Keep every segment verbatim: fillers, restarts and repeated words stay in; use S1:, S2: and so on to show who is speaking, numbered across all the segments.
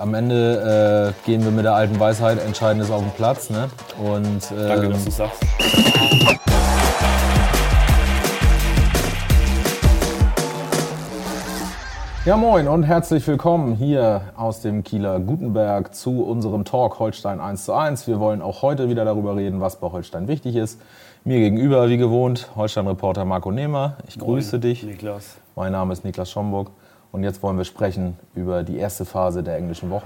S1: am Ende äh, gehen wir mit der alten Weisheit, entscheidend ist auf dem Platz. Ne? Und, ähm,
S2: Danke, dass du sagst.
S1: Ja, moin und herzlich willkommen hier aus dem Kieler Gutenberg zu unserem Talk Holstein eins zu eins. Wir wollen auch heute wieder darüber reden, was bei Holstein wichtig ist. Mir gegenüber, wie gewohnt, Holstein-Reporter Marco Nehmer. Ich grüße
S2: Moin,
S1: dich.
S2: Niklas.
S1: Mein Name ist Niklas Schomburg und jetzt wollen wir sprechen über die erste Phase der englischen Wochen.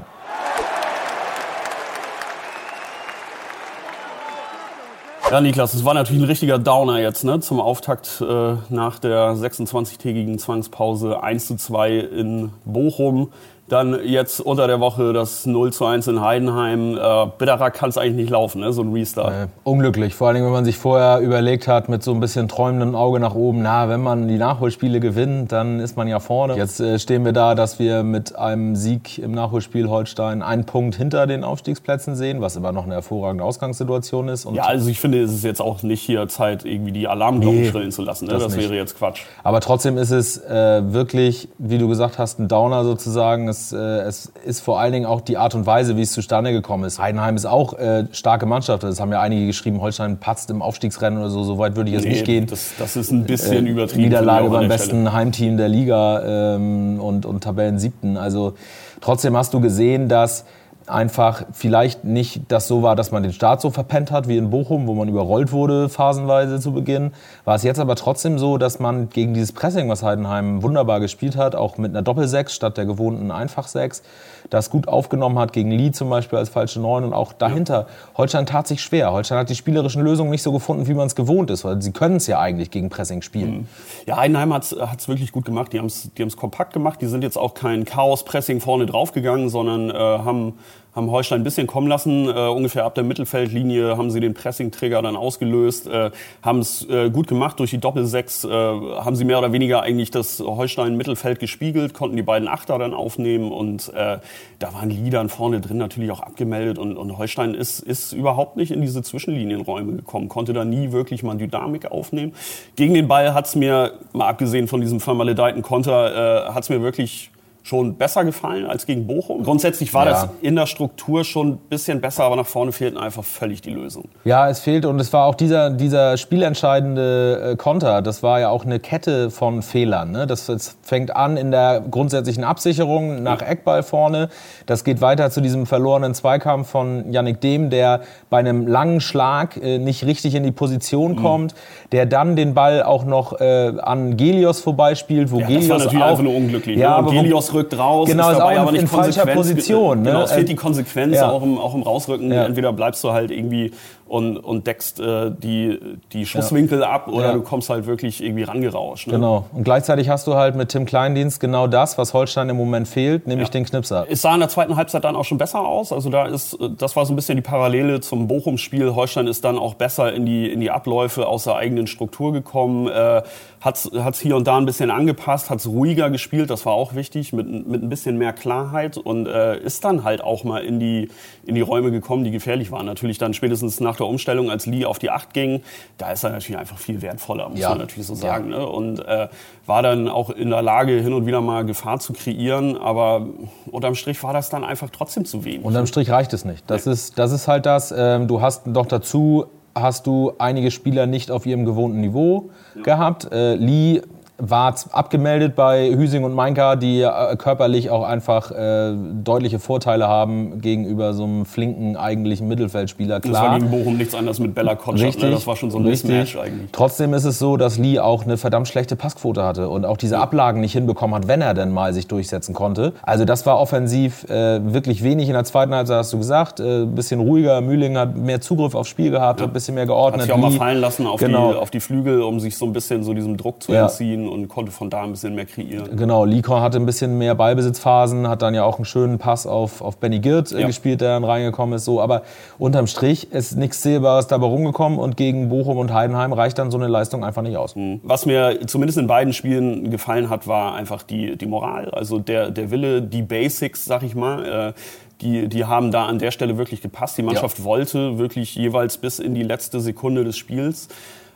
S2: Ja, Niklas, es war natürlich ein richtiger Downer jetzt, ne? Zum Auftakt äh, nach der sechsundzwanzigtägigen Zwangspause eins zu zwei in Bochum. Dann jetzt unter der Woche das null zu eins in Heidenheim. Äh, bitterer kann es eigentlich nicht laufen, ne? So ein Restart.
S1: Äh, unglücklich, vor allem wenn man sich vorher überlegt hat, mit so ein bisschen träumendem Auge nach oben, na, wenn man die Nachholspiele gewinnt, dann ist man ja vorne. Jetzt äh, stehen wir da, dass wir mit einem Sieg im Nachholspiel Holstein einen Punkt hinter den Aufstiegsplätzen sehen, was immer noch eine hervorragende Ausgangssituation ist. Und
S2: ja, also ich finde, es ist jetzt auch nicht hier Zeit, irgendwie die Alarmglocken
S1: nee,
S2: schrillen zu lassen. Ne?
S1: Das,
S2: das
S1: nicht.
S2: wäre jetzt Quatsch.
S1: Aber trotzdem ist es äh, wirklich, wie du gesagt hast, ein Downer sozusagen. Es, äh, es ist vor allen Dingen auch die Art und Weise, wie es zustande gekommen ist. Heidenheim ist auch äh, starke Mannschaft. Das haben ja einige geschrieben, Holstein patzt im Aufstiegsrennen oder so. So weit würde ich jetzt
S2: nee,
S1: nicht gehen.
S2: Das, das ist ein bisschen äh, übertrieben.
S1: Niederlage beim besten Stelle. Heimteam der Liga ähm, und, und Tabellensiebten. Also trotzdem hast du gesehen, dass einfach vielleicht nicht das so war, dass man den Start so verpennt hat wie in Bochum, wo man überrollt wurde phasenweise zu Beginn. War es jetzt aber trotzdem so, dass man gegen dieses Pressing, was Heidenheim wunderbar gespielt hat, auch mit einer Doppel-Sechs statt der gewohnten Einfach-Sechs, das gut aufgenommen hat gegen Lee zum Beispiel als falsche Neun und auch dahinter. Ja. Holstein tat sich schwer. Holstein hat die spielerischen Lösungen nicht so gefunden, wie man es gewohnt ist, weil sie können es ja eigentlich gegen Pressing spielen.
S2: Ja, Heidenheim hat es wirklich gut gemacht. Die haben es die haben's kompakt gemacht. Die sind jetzt auch kein Chaos-Pressing vorne draufgegangen, sondern äh, haben haben Holstein ein bisschen kommen lassen. Äh, ungefähr ab der Mittelfeldlinie haben sie den Pressing-Trigger dann ausgelöst, äh, haben es äh, gut gemacht durch die Doppel-Sechs, äh, haben sie mehr oder weniger eigentlich das Holstein-Mittelfeld gespiegelt, konnten die beiden Achter dann aufnehmen und äh, da waren Lee dann vorne drin natürlich auch abgemeldet und, und Holstein ist, ist überhaupt nicht in diese Zwischenlinienräume gekommen, konnte da nie wirklich mal Dynamik aufnehmen. Gegen den Ball hat es mir, mal abgesehen von diesem vermaledeiten Konter, äh, hat es mir wirklich schon besser gefallen als gegen Bochum. Grundsätzlich war ja. das in der Struktur schon ein bisschen besser, aber nach vorne fehlten einfach völlig die Lösungen.
S1: Ja, es fehlt und es war auch dieser, dieser spielentscheidende äh, Konter. Das war ja auch eine Kette von Fehlern. Ne? Das, das fängt an in der grundsätzlichen Absicherung nach ja. Eckball vorne. Das geht weiter zu diesem verlorenen Zweikampf von Yannick Dehm, der bei einem langen Schlag äh, nicht richtig in die Position kommt, mhm. der dann den Ball auch noch äh, an Gelios vorbeispielt, wo
S2: ja,
S1: Gelios
S2: das war natürlich
S1: auch,
S2: einfach nur unglücklich.
S1: Ja,
S2: ne?
S1: aber
S2: Gelios rückt raus,
S1: genau,
S2: ist dabei
S1: ist auch
S2: aber nicht
S1: in falscher Position.
S2: Genau,
S1: ne?
S2: es fehlt die Konsequenz
S1: ja.
S2: auch, im, auch im Rausrücken.
S1: Ja.
S2: Entweder bleibst du halt irgendwie und, und deckst äh, die, die Schusswinkel ja. ab oder ja. du kommst halt wirklich irgendwie rangerauscht. Ne?
S1: Genau. Und gleichzeitig hast du halt mit Tim Kleindienst genau das, was Holstein im Moment fehlt, nämlich ja. den Knipser.
S2: Es sah in der zweiten Halbzeit dann auch schon besser aus. Also da ist, das war so ein bisschen die Parallele zum Bochum-Spiel. Holstein ist dann auch besser in die, in die Abläufe aus der eigenen Struktur gekommen. Äh, hat es hier und da ein bisschen angepasst, hat es ruhiger gespielt, das war auch wichtig, mit, mit ein bisschen mehr Klarheit und äh, ist dann halt auch mal in die, in die Räume gekommen, die gefährlich waren. Natürlich dann spätestens nach der Umstellung, als Lee auf die Acht ging, da ist er natürlich einfach viel wertvoller, muss ja. man natürlich so sagen. Ja. Ne? Und äh, war dann auch in der Lage, hin und wieder mal Gefahr zu kreieren, aber unterm Strich war das dann einfach trotzdem zu wenig.
S1: Unterm Strich reicht es nicht. Das, ja. ist, das ist halt das, ähm, du hast doch dazu hast du einige Spieler nicht auf ihrem gewohnten Niveau ja. gehabt. Äh, Lee war abgemeldet bei Hüsing und Mainka, die äh, körperlich auch einfach äh, deutliche Vorteile haben gegenüber so einem flinken, eigentlichen Mittelfeldspieler. Klar.
S2: Das war gegen Bochum nichts anderes mit Bella Kotschap, ne? Das war schon so ein Mismatch eigentlich.
S1: Trotzdem ist es so, dass Lee auch eine verdammt schlechte Passquote hatte und auch diese ja. Ablagen nicht hinbekommen hat, wenn er denn mal sich durchsetzen konnte. Also das war offensiv äh, wirklich wenig. In der zweiten Halbzeit hast du gesagt, ein äh, bisschen ruhiger. Mühling hat mehr Zugriff aufs Spiel gehabt, ja. hat ein bisschen mehr geordnet.
S2: Hat sich auch mal fallen lassen auf,
S1: genau.
S2: die, auf die Flügel, um sich so ein bisschen so diesem Druck zu ja. entziehen. Und konnte von da ein bisschen mehr kreieren.
S1: Genau, Likon hatte ein bisschen mehr Ballbesitzphasen, hat dann ja auch einen schönen Pass auf, auf Benny Girt äh, ja. gespielt, der dann reingekommen ist. So, aber unterm Strich ist nichts Zählbares dabei rumgekommen und gegen Bochum und Heidenheim reicht dann so eine Leistung einfach nicht aus.
S2: Was mir zumindest in beiden Spielen gefallen hat, war einfach die, die Moral, also der, der Wille, die Basics, sag ich mal. Äh, Die, die haben da an der Stelle wirklich gepasst. Die Mannschaft ja. wollte wirklich jeweils bis in die letzte Sekunde des Spiels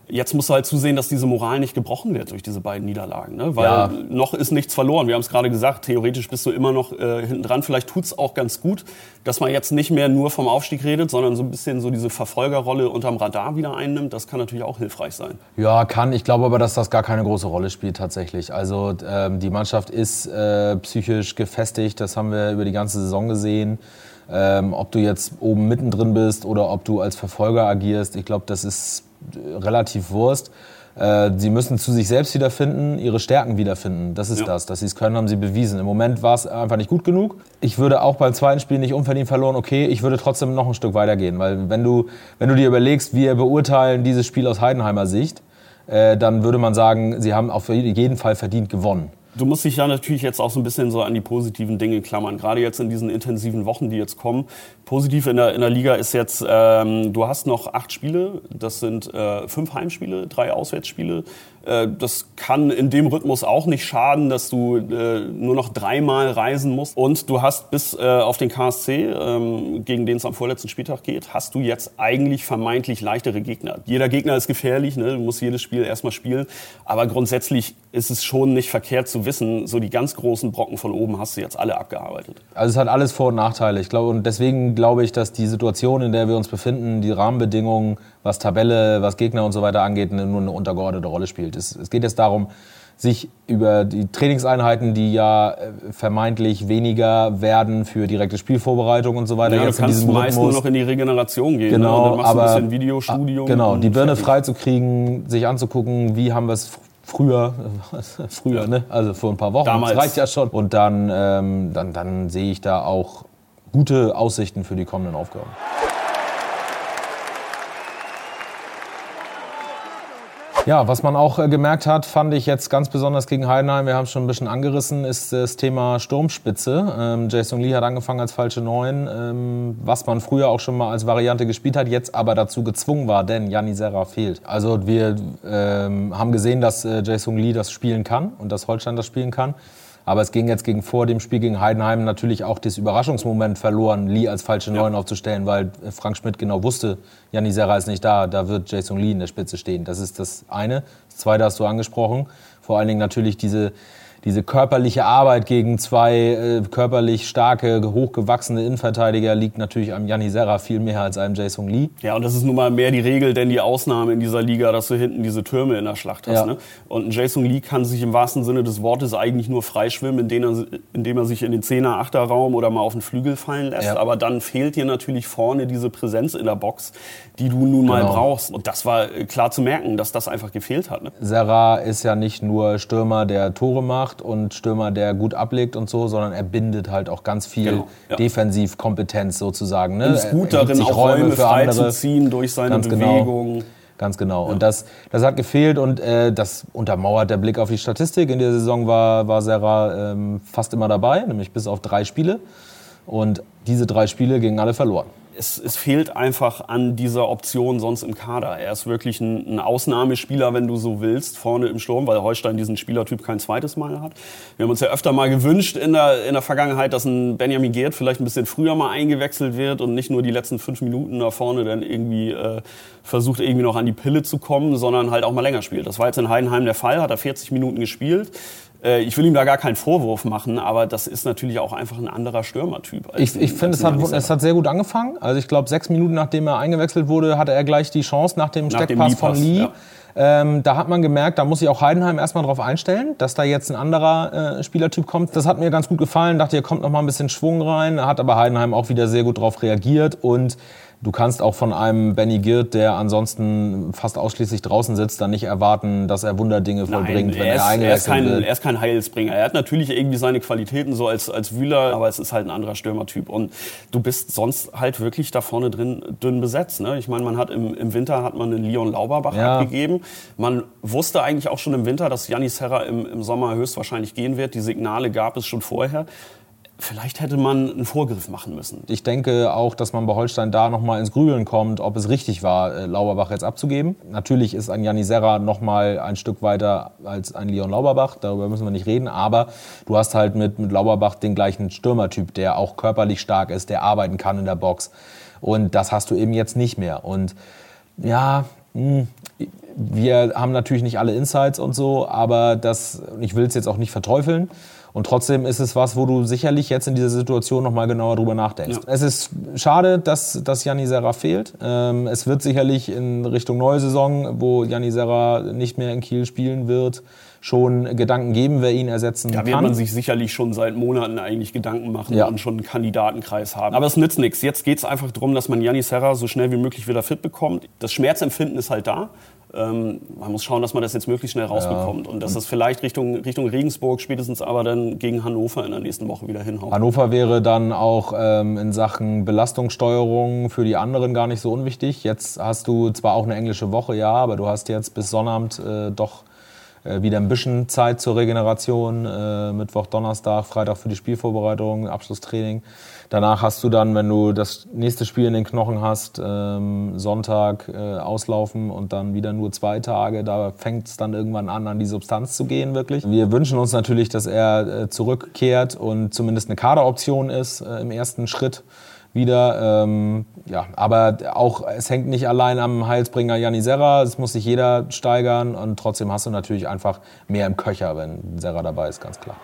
S2: Jetzt musst du halt zusehen, dass diese Moral nicht gebrochen wird durch diese beiden Niederlagen. Ne? Weil
S1: ja.
S2: noch ist nichts verloren. Wir haben es gerade gesagt, theoretisch bist du immer noch äh, hinten dran. Vielleicht tut's auch ganz gut, dass man jetzt nicht mehr nur vom Aufstieg redet, sondern so ein bisschen so diese Verfolgerrolle unterm Radar wieder einnimmt. Das kann natürlich auch hilfreich sein.
S1: Ja, kann. Ich glaube aber, dass das gar keine große Rolle spielt tatsächlich. Also ähm, die Mannschaft ist äh, psychisch gefestigt. Das haben wir über die ganze Saison gesehen. Ähm, ob du jetzt oben mittendrin bist oder ob du als Verfolger agierst, ich glaube, das ist relativ Wurst. Äh, sie müssen zu sich selbst wiederfinden, ihre Stärken wiederfinden. Das ist ja. das. Dass sie es können, haben sie bewiesen. Im Moment war es einfach nicht gut genug. Ich würde auch beim zweiten Spiel nicht unverdient verloren. Okay, ich würde trotzdem noch ein Stück weitergehen. Weil wenn du, wenn du dir überlegst, wir beurteilen dieses Spiel aus Heidenheimer Sicht, äh, dann würde man sagen, sie haben auf jeden Fall verdient gewonnen.
S2: Du musst dich ja natürlich jetzt auch so ein bisschen so an die positiven Dinge klammern. Gerade jetzt in diesen intensiven Wochen, die jetzt kommen. Positiv in der, in der Liga ist jetzt, ähm, du hast noch acht Spiele. Das sind äh, fünf Heimspiele, drei Auswärtsspiele. Äh, das kann in dem Rhythmus auch nicht schaden, dass du äh, nur noch dreimal reisen musst. Und du hast bis äh, auf den K S C, ähm, gegen den es am vorletzten Spieltag geht, hast du jetzt eigentlich vermeintlich leichtere Gegner. Jeder Gegner ist gefährlich, ne? Du musst jedes Spiel erstmal spielen. Aber grundsätzlich ist es schon nicht verkehrt zu wissen, so die ganz großen Brocken von oben hast du jetzt alle abgearbeitet.
S1: Also es hat alles Vor- und Nachteile. Ich glaube, und deswegen glaube ich, dass die Situation, in der wir uns befinden, die Rahmenbedingungen, was Tabelle, was Gegner und so weiter angeht, nur eine untergeordnete Rolle spielt. Es, es geht jetzt darum, sich über die Trainingseinheiten, die ja vermeintlich weniger werden für direkte Spielvorbereitung und so weiter.
S2: Ja,
S1: jetzt
S2: du kannst
S1: in diesem
S2: meist
S1: Rhythmus,
S2: nur noch in die Regeneration gehen.
S1: Genau,
S2: ne? Und dann machst
S1: aber,
S2: du ein bisschen Videostudium.
S1: Genau, die Birne
S2: fertig.
S1: frei zu kriegen, sich anzugucken, wie haben wir es früher, früher, ja. ne? Also vor ein paar Wochen,
S2: Damals.
S1: das reicht ja schon. Und dann, ähm, dann, dann sehe ich da auch gute Aussichten für die kommenden Aufgaben. Ja, was man auch äh, gemerkt hat, fand ich jetzt ganz besonders gegen Heidenheim, wir haben es schon ein bisschen angerissen, ist das Thema Sturmspitze. Ähm, Jae-Sung Lee hat angefangen als falsche Neun, ähm, was man früher auch schon mal als Variante gespielt hat, jetzt aber dazu gezwungen war, denn Janni Serra fehlt. Also wir ähm, haben gesehen, dass äh, Jae-Sung Lee das spielen kann und dass Holstein das spielen kann. Aber es ging jetzt gegen vor dem Spiel gegen Heidenheim natürlich auch das Überraschungsmoment verloren, Lee als falsche Neun ja. aufzustellen, weil Frank Schmidt genau wusste, Janni Serra ist nicht da, da wird Jae-Sung Lee in der Spitze stehen. Das ist das eine. Das zweite hast du angesprochen. Vor allen Dingen natürlich diese, diese körperliche Arbeit gegen zwei äh, körperlich starke, hochgewachsene Innenverteidiger liegt natürlich einem Janni Serra viel mehr als einem Jae-Sung Lee.
S2: Ja, und das ist nun mal mehr die Regel, denn die Ausnahme in dieser Liga, dass du hinten diese Türme in der Schlacht hast.
S1: Ja.
S2: Ne? Und ein Jae-Sung Lee kann sich im wahrsten Sinne des Wortes eigentlich nur freischwimmen, indem er, indem er sich in den Zehner-Achter-Raum oder mal auf den Flügel fallen lässt. Ja. Aber dann fehlt dir natürlich vorne diese Präsenz in der Box, die du nun mal genau. brauchst. Und das war klar zu merken, dass das einfach gefehlt hat. Ne?
S1: Serra ist ja nicht nur Stürmer, der Tore macht und Stürmer, der gut ablegt und so, sondern er bindet halt auch ganz viel genau, ja. Defensivkompetenz sozusagen. Ne?
S2: Ist gut darin, auch Räume, Räume freizuziehen durch seine ganz Bewegung.
S1: Genau. Ganz genau. Ja. Und das, das hat gefehlt und äh, das untermauert der Blick auf die Statistik. In der Saison war, war Serra ähm, fast immer dabei, nämlich bis auf drei Spiele. Und diese drei Spiele gingen alle verloren.
S2: Es, es fehlt einfach an dieser Option sonst im Kader. Er ist wirklich ein, ein Ausnahmespieler, wenn du so willst, vorne im Sturm, weil Holstein diesen Spielertyp kein zweites Mal hat. Wir haben uns ja öfter mal gewünscht in der, in der Vergangenheit, dass ein Benjamin Geert vielleicht ein bisschen früher mal eingewechselt wird und nicht nur die letzten fünf Minuten da vorne dann irgendwie äh, versucht, irgendwie noch an die Pille zu kommen, sondern halt auch mal länger spielt. Das war jetzt in Heidenheim der Fall, hat er vierzig Minuten gespielt. Ich will ihm da gar keinen Vorwurf machen, aber das ist natürlich auch einfach ein anderer Stürmertyp.
S1: Ich, ich finde, es hat, es hat sehr gut angefangen. Also ich glaube, sechs Minuten nachdem er eingewechselt wurde, hatte er gleich die Chance nach dem nach Steckpass dem von Lee. Ja. Ähm, da hat man gemerkt, da muss sich auch Heidenheim erstmal drauf einstellen, dass da jetzt ein anderer äh, Spielertyp kommt. Das hat mir ganz gut gefallen. Dachte, hier kommt noch mal ein bisschen Schwung rein. Hat aber Heidenheim auch wieder sehr gut drauf reagiert und du kannst auch von einem Benny Girt, der ansonsten fast ausschließlich draußen sitzt, dann nicht erwarten, dass er Wunderdinge vollbringt,
S2: Nein,
S1: wenn
S2: er,
S1: er eingewechselt
S2: er ist kein,
S1: wird.
S2: Er ist kein Heilsbringer. Er hat natürlich irgendwie seine Qualitäten so als, als Wühler, aber es ist halt ein anderer Stürmertyp. Und du bist sonst halt wirklich da vorne drin dünn besetzt. Ne? Ich meine, man hat im, im Winter hat man einen Leon Lauberbach ja. abgegeben. Man wusste eigentlich auch schon im Winter, dass Janni Serra im, im Sommer höchstwahrscheinlich gehen wird. Die Signale gab es schon vorher. Vielleicht hätte man einen Vorgriff machen müssen.
S1: Ich denke auch, dass man bei Holstein da noch mal ins Grübeln kommt, ob es richtig war, Lauberbach jetzt abzugeben. Natürlich ist ein Janni Serra noch mal ein Stück weiter als ein Leon Lauberbach, darüber müssen wir nicht reden. Aber du hast halt mit, mit Lauberbach den gleichen Stürmertyp, der auch körperlich stark ist, der arbeiten kann in der Box. Und das hast du eben jetzt nicht mehr. Und ja, wir haben natürlich nicht alle Insights und so, aber das, ich will es jetzt auch nicht verteufeln. Und trotzdem ist es was, wo du sicherlich jetzt in dieser Situation noch mal genauer drüber nachdenkst. Ja. Es ist schade, dass, dass Gianni Serra fehlt. Ähm, es wird sicherlich in Richtung neue Saison, wo Gianni Serra nicht mehr in Kiel spielen wird, schon Gedanken geben, wer ihn ersetzen kann.
S2: Da wird man sich sicherlich schon seit Monaten eigentlich Gedanken machen
S1: ja.
S2: und schon einen Kandidatenkreis haben. Aber es nützt nichts. Jetzt geht es einfach darum, dass man Gianni Serra so schnell wie möglich wieder fit bekommt. Das Schmerzempfinden ist halt da. Ähm, man muss schauen, dass man das jetzt möglichst schnell rausbekommt. Ja. Und dass das vielleicht Richtung, Richtung Regensburg, spätestens aber dann gegen Hannover in der nächsten Woche wieder hinhaut.
S1: Hannover wäre dann auch ähm, in Sachen Belastungssteuerung für die anderen gar nicht so unwichtig. Jetzt hast du zwar auch eine englische Woche, ja, aber du hast jetzt bis Sonnabend äh, doch äh, wieder ein bisschen Zeit zur Regeneration. Äh, Mittwoch, Donnerstag, Freitag für die Spielvorbereitung, Abschlusstraining. Danach hast du dann, wenn du das nächste Spiel in den Knochen hast, ähm, Sonntag äh, auslaufen und dann wieder nur zwei Tage. Da fängt es dann irgendwann an, an die Substanz zu gehen, wirklich. Wir wünschen uns natürlich, dass er äh, zurückkehrt und zumindest eine Kaderoption ist äh, im ersten Schritt wieder. Ähm, ja, aber auch, es hängt nicht allein am Heilsbringer Gianni Serra. Es muss sich jeder steigern und trotzdem hast du natürlich einfach mehr im Köcher, wenn Serra dabei ist, ganz klar.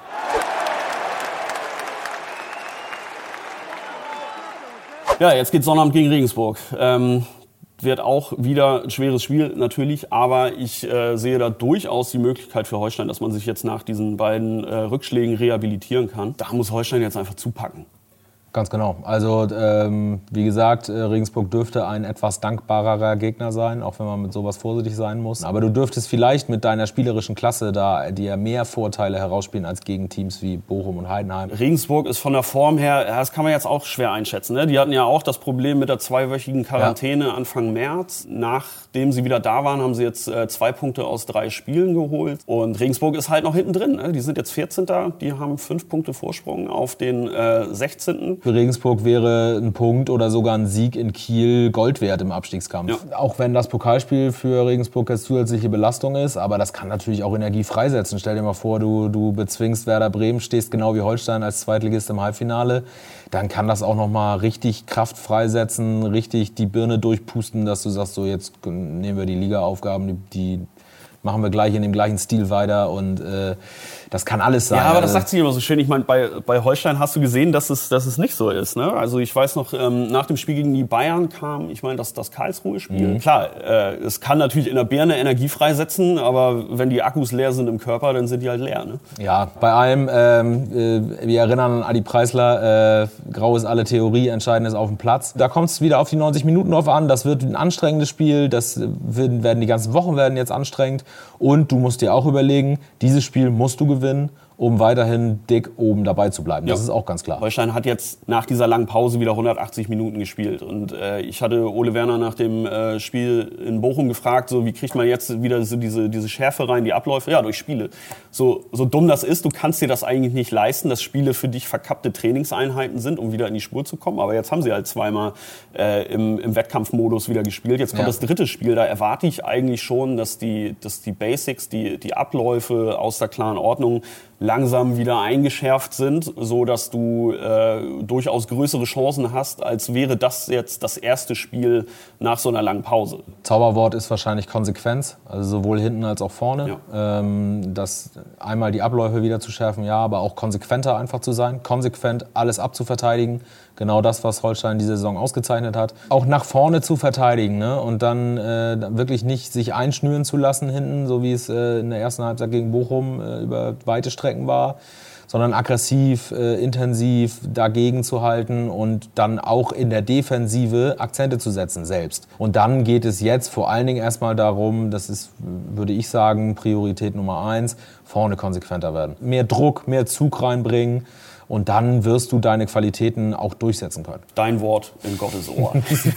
S2: Ja, jetzt geht Sonnabend gegen Regensburg. Ähm, wird auch wieder ein schweres Spiel natürlich, aber ich äh, sehe da durchaus die Möglichkeit für Holstein, dass man sich jetzt nach diesen beiden äh, Rückschlägen rehabilitieren kann. Da muss Holstein jetzt einfach zupacken.
S1: Ganz genau. Also ähm, wie gesagt, Regensburg dürfte ein etwas dankbarerer Gegner sein, auch wenn man mit sowas vorsichtig sein muss. Aber du dürftest vielleicht mit deiner spielerischen Klasse da dir mehr Vorteile herausspielen als gegen Teams wie Bochum und Heidenheim.
S2: Regensburg ist von der Form her, das kann man jetzt auch schwer einschätzen. Ne? Die hatten ja auch das Problem mit der zweiwöchigen Quarantäne ja. Anfang März. Nachdem sie wieder da waren, haben sie jetzt äh, zwei Punkte aus drei Spielen geholt. Und Regensburg ist halt noch hinten drin. Ne? Die sind jetzt vierzehnter Die haben fünf Punkte Vorsprung auf den äh, sechzehnten
S1: Für Regensburg wäre ein Punkt oder sogar ein Sieg in Kiel Gold wert im Abstiegskampf. Ja. Auch wenn das Pokalspiel für Regensburg jetzt zusätzliche Belastung ist, aber das kann natürlich auch Energie freisetzen. Stell dir mal vor, du, du bezwingst Werder Bremen, stehst genau wie Holstein als Zweitligist im Halbfinale. Dann kann das auch nochmal richtig Kraft freisetzen, richtig die Birne durchpusten, dass du sagst, so jetzt nehmen wir die Liga-Aufgaben, die, die machen wir gleich in dem gleichen Stil weiter und äh, das kann alles sein.
S2: Ja, aber das sagt sich immer so schön. Ich meine, bei, bei Holstein hast du gesehen, dass es, dass es nicht so ist. Ne? Also ich weiß noch, ähm, nach dem Spiel gegen die Bayern kam, ich meine, das, das Karlsruhe-Spiel. Mhm. Klar, äh, es kann natürlich in der Birne Energie freisetzen, aber wenn die Akkus leer sind im Körper, dann sind die halt leer. Ne?
S1: Ja, bei allem, ähm, äh, wir erinnern an Adi Preisler, äh, grau ist alle Theorie, entscheidend ist auf dem Platz. Da kommt es wieder auf die neunzig Minuten drauf an. Das wird ein anstrengendes Spiel, das werden, werden die ganzen Wochen werden jetzt anstrengend. Und du musst dir auch überlegen, dieses Spiel musst du gewinnen, um weiterhin dick oben dabei zu bleiben. Das ja. ist auch ganz klar.
S2: Holstein hat jetzt nach dieser langen Pause wieder hundertachtzig Minuten gespielt. Und äh, ich hatte Ole Werner nach dem äh, Spiel in Bochum gefragt, so wie kriegt man jetzt wieder so diese, diese Schärfe rein, die Abläufe? Ja, durch Spiele. So, so dumm das ist, du kannst dir das eigentlich nicht leisten, dass Spiele für dich verkappte Trainingseinheiten sind, um wieder in die Spur zu kommen. Aber jetzt haben sie halt zweimal äh, im, im Wettkampfmodus wieder gespielt. Jetzt kommt ja. das dritte Spiel. Da erwarte ich eigentlich schon, dass die, dass die Basics, die, die Abläufe aus der klaren Ordnung langsam wieder eingeschärft sind, so dass du äh, durchaus größere Chancen hast, als wäre das jetzt das erste Spiel nach so einer langen Pause.
S1: Zauberwort ist wahrscheinlich Konsequenz, also sowohl hinten als auch vorne. Ja. Ähm, das einmal die Abläufe wieder zu schärfen, ja, aber auch konsequenter einfach zu sein, konsequent alles abzuverteidigen. Genau das, was Holstein diese Saison ausgezeichnet hat. Auch nach vorne zu verteidigen, ne? Und dann äh, wirklich nicht sich einschnüren zu lassen hinten, so wie es äh, in der ersten Halbzeit gegen Bochum äh, über weite Strecken war, sondern aggressiv, äh, intensiv dagegen zu halten und dann auch in der Defensive Akzente zu setzen selbst. Und dann geht es jetzt vor allen Dingen erstmal darum, das ist, würde ich sagen, Priorität Nummer eins, vorne konsequenter werden. Mehr Druck, mehr Zug reinbringen. Und dann wirst du deine Qualitäten auch durchsetzen können.
S2: Dein Wort in Gottes Ohr.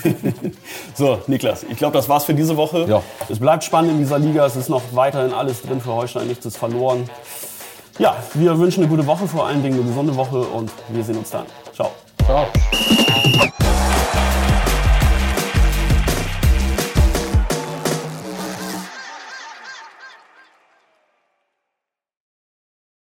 S2: So, Niklas, ich glaube, das war's für diese Woche.
S1: Ja.
S2: Es bleibt spannend in dieser Liga. Es ist noch weiterhin alles drin für Holstein. Nichts ist verloren. Ja, wir wünschen eine gute Woche, vor allen Dingen eine gesunde Woche. Und wir sehen uns dann. Ciao.
S1: Ciao.